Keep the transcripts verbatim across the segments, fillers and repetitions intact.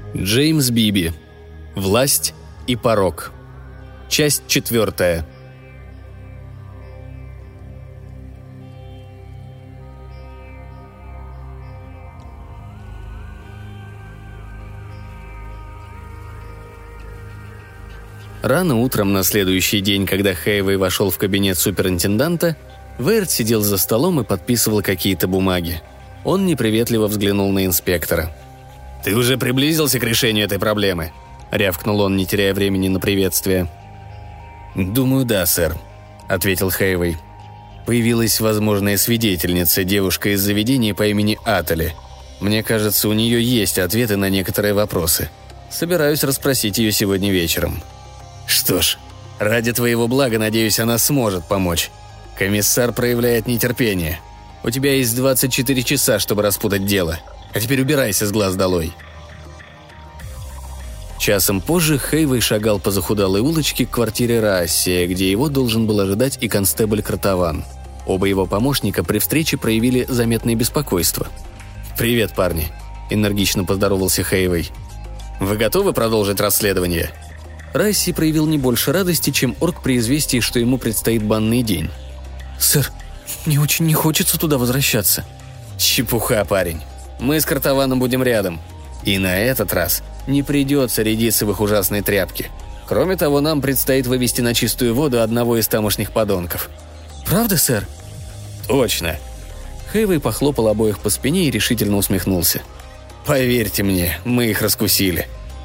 Джеймс Биби. Власть и порок. Часть четвертая. Рано утром на следующий день, когда Хэйвей вошел в кабинет суперинтенданта, Вэйрд сидел за столом и подписывал какие-то бумаги. Он неприветливо взглянул на инспектора. «Ты уже приблизился к решению этой проблемы?» – рявкнул он, не теряя времени на приветствие. «Думаю, да, сэр», – ответил Хэйвей. «Появилась возможная свидетельница, девушка из заведения по имени Атали. Мне кажется, у нее есть ответы на некоторые вопросы. Собираюсь расспросить ее сегодня вечером». «Что ж, ради твоего блага, надеюсь, она сможет помочь. Комиссар проявляет нетерпение. У тебя есть двадцать четыре часа, чтобы распутать дело. А теперь убирайся с глаз долой». Часом позже Хэйвей шагал по захудалой улочке к квартире Раассия, где его должен был ожидать и констебль Кротован. Оба его помощника при встрече проявили заметное беспокойство. «Привет, парни», – энергично поздоровался Хэйвей. «Вы готовы продолжить расследование?» Расси проявил не больше радости, чем орк при известии, что ему предстоит банный день. «Сэр, мне очень не хочется туда возвращаться». «Чепуха, парень. Мы с Кротованом будем рядом. И на этот раз не придется рядиться в их ужасной тряпке. Кроме того, нам предстоит вывести на чистую воду одного из тамошних подонков». «Правда, сэр?» «Точно». Хэйвей похлопал обоих по спине и решительно усмехнулся. «Поверьте мне, мы их раскусили».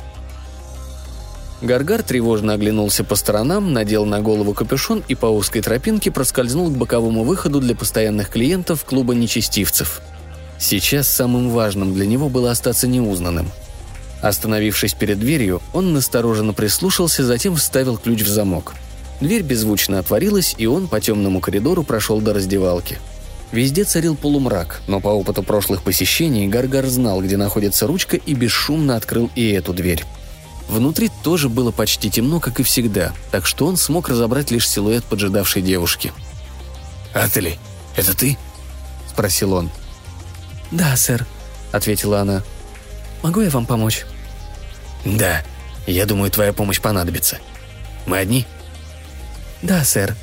Гаргар тревожно оглянулся по сторонам, надел на голову капюшон и по узкой тропинке проскользнул к боковому выходу для постоянных клиентов клуба нечестивцев. Сейчас самым важным для него было остаться неузнанным. Остановившись перед дверью, он настороженно прислушался, затем вставил ключ в замок. Дверь беззвучно отворилась, и он по темному коридору прошел до раздевалки. Везде царил полумрак, но по опыту прошлых посещений Гаргар знал, где находится ручка, и бесшумно открыл и эту дверь. Внутри тоже было почти темно, как и всегда, так что он смог разобрать лишь силуэт поджидавшей девушки. «Атали, это ты?» – спросил он. «Да, сэр», – ответила она. «Могу я вам помочь?» «Да, я думаю, твоя помощь понадобится. Мы одни?» «Да, сэр».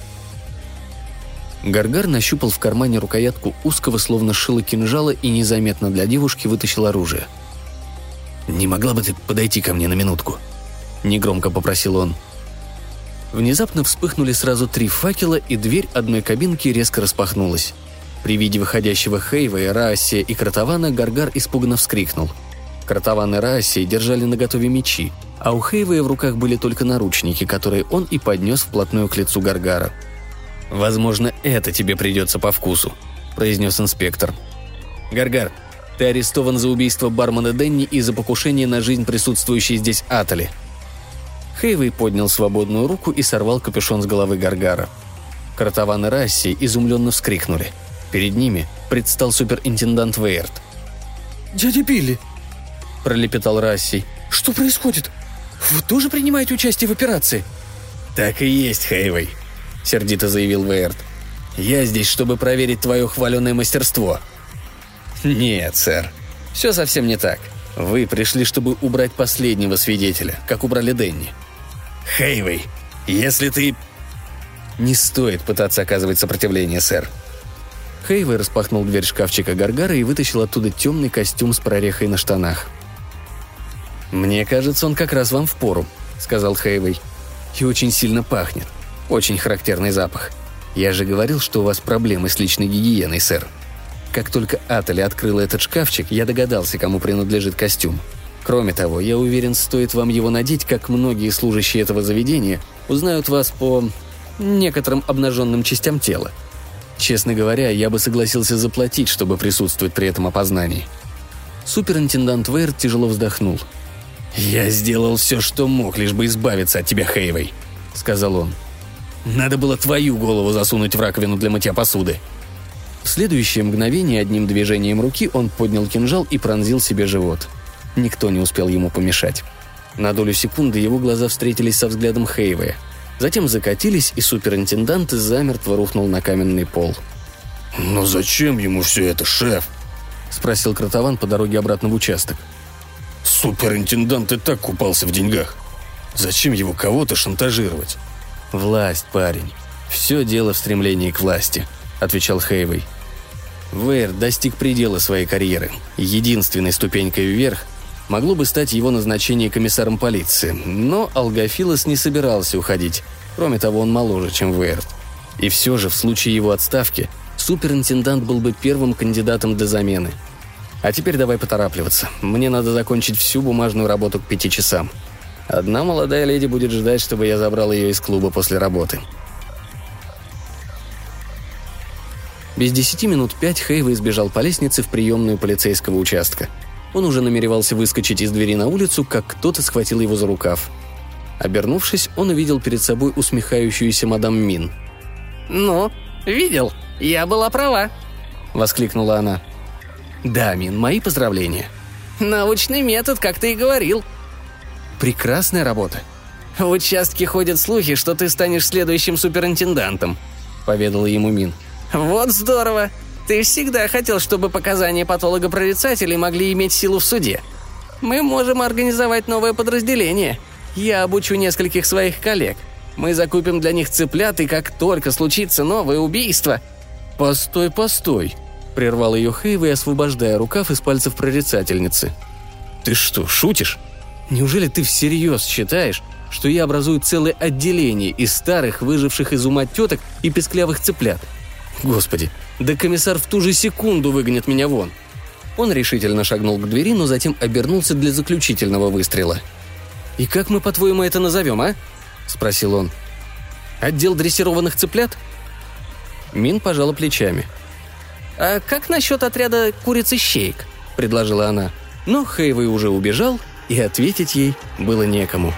Гаргар нащупал в кармане рукоятку узкого, словно шило кинжала, и незаметно для девушки вытащил оружие. «Не могла бы ты подойти ко мне на минутку?» – негромко попросил он. Внезапно вспыхнули сразу три факела, и дверь одной кабинки резко распахнулась. При виде выходящего Хэйвея, Раассия и Кротована Гаргар испуганно вскрикнул. Кротован и Раассия держали наготове мечи, а у Хэйвея в руках были только наручники, которые он и поднес вплотную к лицу Гаргара. «Возможно, это тебе придется по вкусу», – произнес инспектор. «Гаргар, ты арестован за убийство бармена Денни и за покушение на жизнь присутствующей здесь Атали». Хэйвей поднял свободную руку и сорвал капюшон с головы Гаргара. Кротован и Расси изумленно вскрикнули. Перед ними предстал суперинтендант Вэйрд. «Дядя Билли!» – пролепетал Расси. «Что происходит? Вы тоже принимаете участие в операции?» «Так и есть, Хэйвей», – сердито заявил Вэйрд. «Я здесь, чтобы проверить твое хваленое мастерство». «Нет, сэр. Все совсем не так. Вы пришли, чтобы убрать последнего свидетеля, как убрали Денни». «Хэйвей, если ты...» «Не стоит пытаться оказывать сопротивление, сэр». Хэйвей распахнул дверь шкафчика Гаргара и вытащил оттуда темный костюм с прорехой на штанах. «Мне кажется, он как раз вам впору», — сказал Хэйвей. «И очень сильно пахнет. Очень характерный запах. Я же говорил, что у вас проблемы с личной гигиеной, сэр». Как только Атали открыла этот шкафчик, я догадался, кому принадлежит костюм. Кроме того, я уверен, стоит вам его надеть, как многие служащие этого заведения узнают вас по некоторым обнаженным частям тела. Честно говоря, я бы согласился заплатить, чтобы присутствовать при этом опознании». Суперинтендант Вэйрд тяжело вздохнул. «Я сделал все, что мог, лишь бы избавиться от тебя, Хэйвей», — сказал он. «Надо было твою голову засунуть в раковину для мытья посуды». В следующее мгновение одним движением руки он поднял кинжал и пронзил себе живот. Никто не успел ему помешать. На долю секунды его глаза встретились со взглядом Хэйвея. Затем закатились, и суперинтендант замертво рухнул на каменный пол. «Но зачем ему все это, шеф?» – спросил Кротован по дороге обратно в участок. Суперинтендант и так купался в деньгах. Зачем его кого-то шантажировать? Власть, парень. Все дело в стремлении к власти, отвечал Хейвей. Вэйрт достиг предела своей карьеры. Единственной ступенькой вверх могло бы стать его назначение комиссаром полиции, но Алгофилос не собирался уходить. Кроме того, он моложе, чем Вэйрт. И все же в случае его отставки суперинтендант был бы первым кандидатом для замены. А теперь давай поторапливаться. Мне надо закончить всю бумажную работу к пяти часам. Одна молодая леди будет ждать, чтобы я забрал ее из клуба после работы. Без десяти минут пять Хейвей сбежал по лестнице в приемную полицейского участка. Он уже намеревался выскочить из двери на улицу, как кто-то схватил его за рукав. Обернувшись, он увидел перед собой усмехающуюся мадам Мин. «Ну, видел? Я была права», — воскликнула она. «Да, Мин, мои поздравления». «Научный метод, как ты и говорил». «Прекрасная работа». «В участке ходят слухи, что ты станешь следующим суперинтендантом», — поведала ему Мин. «Вот здорово! Ты всегда хотел, чтобы показания патолога-прорицателей могли иметь силу в суде. Мы можем организовать новое подразделение. Я обучу нескольких своих коллег. Мы закупим для них цыплят, и как только случится новое убийство...» «Постой, постой!» — прервал ее Хейвей, освобождая рукав из пальцев прорицательницы. «Ты что, шутишь? Неужели ты всерьез считаешь, что я образую целое отделение из старых, выживших из ума теток и песклявых цыплят? Господи, да комиссар в ту же секунду выгонит меня вон!» Он решительно шагнул к двери, но затем обернулся для заключительного выстрела. «И как мы, по-твоему, это назовем, а?» – спросил он. «Отдел дрессированных цыплят?» Мин пожала плечами. «А как насчет отряда куриц-ищеек?» – предложила она. Но Хейвей уже убежал, и ответить ей было некому.